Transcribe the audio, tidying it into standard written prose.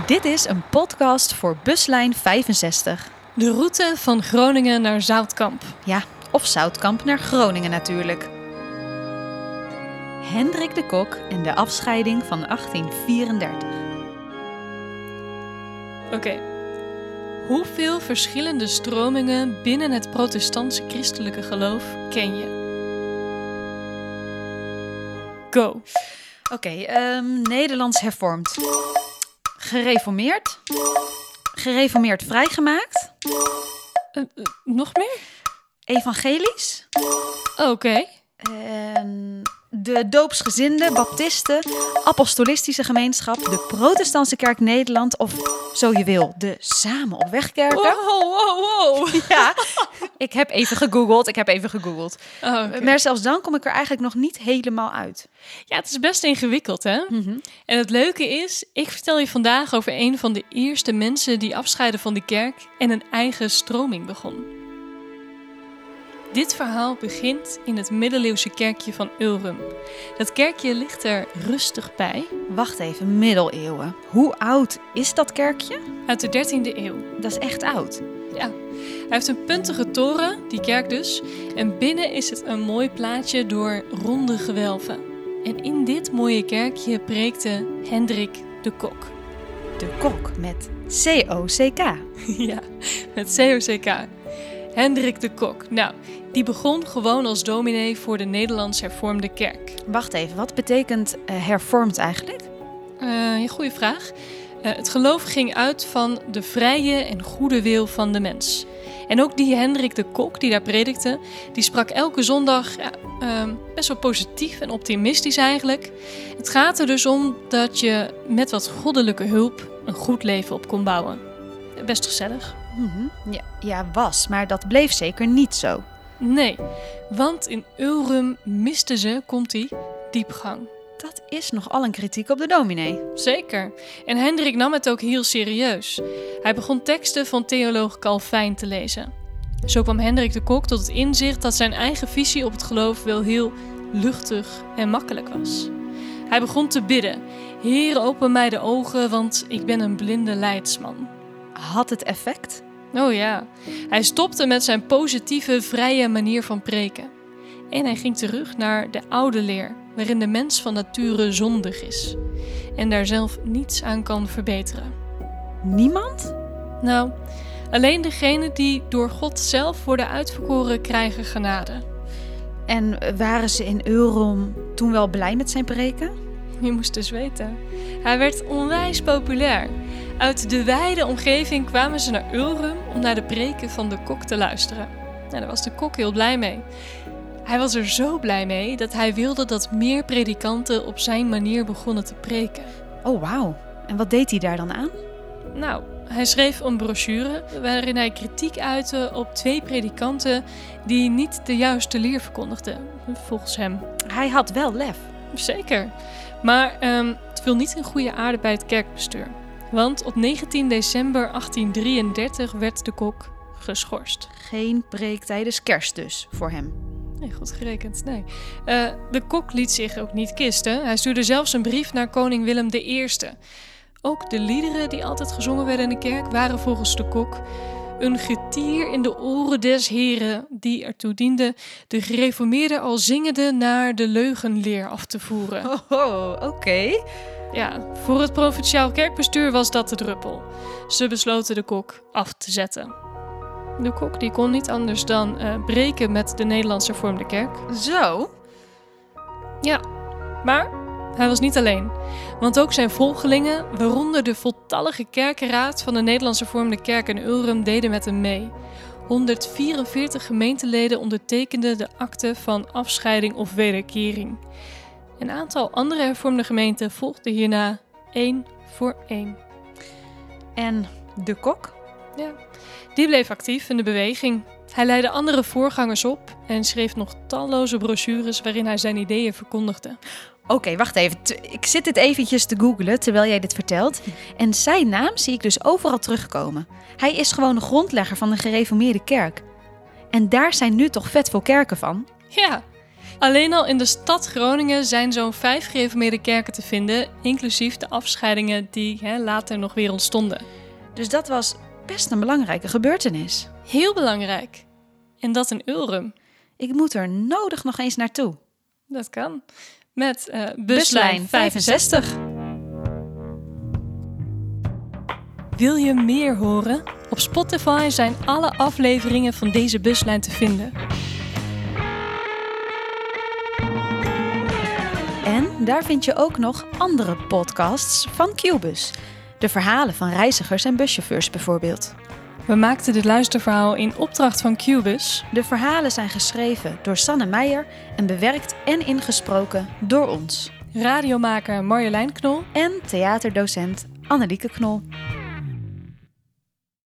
Dit is een podcast voor buslijn 65. De route van Groningen naar Zoutkamp. Ja, of Zoutkamp naar Groningen natuurlijk. Hendrik de Cock en de afscheiding van 1834. Oké. Hoeveel verschillende stromingen binnen het protestantse christelijke geloof ken je? Go. Oké, Nederlands hervormd. Gereformeerd. Gereformeerd vrijgemaakt. Nog meer? Evangelisch. Oké. De doopsgezinde, baptisten, apostolistische gemeenschap, de protestantse kerk Nederland of, zo je wil, de Samen op weg kerken. Wow. Ja, ik heb even gegoogeld. Oh, okay. Maar zelfs dan kom ik er eigenlijk nog niet helemaal uit. Ja, het is best ingewikkeld, hè? Mm-hmm. En het leuke is, ik vertel je vandaag over een van de eerste mensen die afscheiden van de kerk en een eigen stroming begon. Dit verhaal begint in het middeleeuwse kerkje van Ulrum. Dat kerkje ligt er rustig bij. Wacht even, middeleeuwen. Hoe oud is dat kerkje? Uit de 13e eeuw. Dat is echt oud. Ja, hij heeft een puntige toren, die kerk dus. En binnen is het een mooi plaatje door ronde gewelven. En in dit mooie kerkje preekte Hendrik de Cock. De Cock met C-O-C-K. Ja, met C-O-C-K. Hendrik de Cock. Nou, die begon gewoon als dominee voor de Nederlands Hervormde Kerk. Wacht even, wat betekent hervormd eigenlijk? Goeie vraag. Het geloof ging uit van de vrije en goede wil van de mens. En ook die Hendrik de Cock die daar predikte, die sprak elke zondag best wel positief en optimistisch eigenlijk. Het gaat er dus om dat je met wat goddelijke hulp een goed leven op kon bouwen. Best gezellig. Mm-hmm. Ja, maar dat bleef zeker niet zo. Nee, want in Ulrum misten ze, diepgang. Dat is nogal een kritiek op de dominee. Zeker. En Hendrik nam het ook heel serieus. Hij begon teksten van theoloog Calvijn te lezen. Zo kwam Hendrik de Cock tot het inzicht dat zijn eigen visie op het geloof wel heel luchtig en makkelijk was. Hij begon te bidden. Heer, open mij de ogen, want ik ben een blinde leidsman. Had het effect? Oh ja. Hij stopte met zijn positieve, vrije manier van preken. En hij ging terug naar de oude leer, waarin de mens van nature zondig is. En daar zelf niets aan kan verbeteren. Niemand? Nou, alleen degenen die door God zelf worden uitverkoren krijgen genade. En waren ze in Ulrum toen wel blij met zijn preken? Je moest dus weten. Hij werd onwijs populair. Uit de wijde omgeving kwamen ze naar Ulrum om naar de preken van de Cock te luisteren. Nou, daar was de Cock heel blij mee. Hij was er zo blij mee dat hij wilde dat meer predikanten op zijn manier begonnen te preken. Oh, wauw. En wat deed hij daar dan aan? Nou, hij schreef een brochure waarin hij kritiek uitte op 2 predikanten die niet de juiste leer verkondigden, volgens hem. Hij had wel lef. Zeker. Maar het viel niet in goede aarde bij het kerkbestuur. Want op 19 december 1833 werd de Cock geschorst. Geen preek tijdens kerst dus, voor hem. Nee, goed gerekend, nee. De Cock liet zich ook niet kisten. Hij stuurde zelfs een brief naar koning Willem I. Ook de liederen die altijd gezongen werden in de kerk waren volgens de Cock een getier in de oren des Heren die ertoe diende de gereformeerden al zingende naar de leugenleer af te voeren. Oh, oké. Ja, voor het provinciaal kerkbestuur was dat de druppel. Ze besloten de Cock af te zetten. De Cock die kon niet anders dan breken met de Nederlands Hervormde Kerk. Zo? Ja, maar hij was niet alleen. Want ook zijn volgelingen, waaronder de voltallige kerkenraad van de Nederlandse Hervormde Kerk in Ulrum, deden met hem mee. 144 gemeenteleden ondertekenden de akte van afscheiding of wederkering. Een aantal andere hervormde gemeenten volgden hierna 1 voor 1. En de Cock? Ja, die bleef actief in de beweging. Hij leidde andere voorgangers op en schreef nog talloze brochures waarin hij zijn ideeën verkondigde. Oké, wacht even. Ik zit dit eventjes te googlen terwijl jij dit vertelt. En zijn naam zie ik dus overal terugkomen. Hij is gewoon de grondlegger van de gereformeerde kerk. En daar zijn nu toch vet veel kerken van? Ja, Alleen al in de stad Groningen zijn zo'n 5 gereformeerde kerken te vinden, inclusief de afscheidingen die later nog weer ontstonden. Dus dat was best een belangrijke gebeurtenis. Heel belangrijk. En dat in Ulrum. Ik moet er nodig nog eens naartoe. Dat kan. Met buslijn 65. Wil je meer horen? Op Spotify zijn alle afleveringen van deze buslijn te vinden. En daar vind je ook nog andere podcasts van QBus. De verhalen van reizigers en buschauffeurs bijvoorbeeld. We maakten dit luisterverhaal in opdracht van QBus. De verhalen zijn geschreven door Sanne Meijer en bewerkt en ingesproken door ons. Radiomaker Marjolein Knol en theaterdocent Annelieke Knol.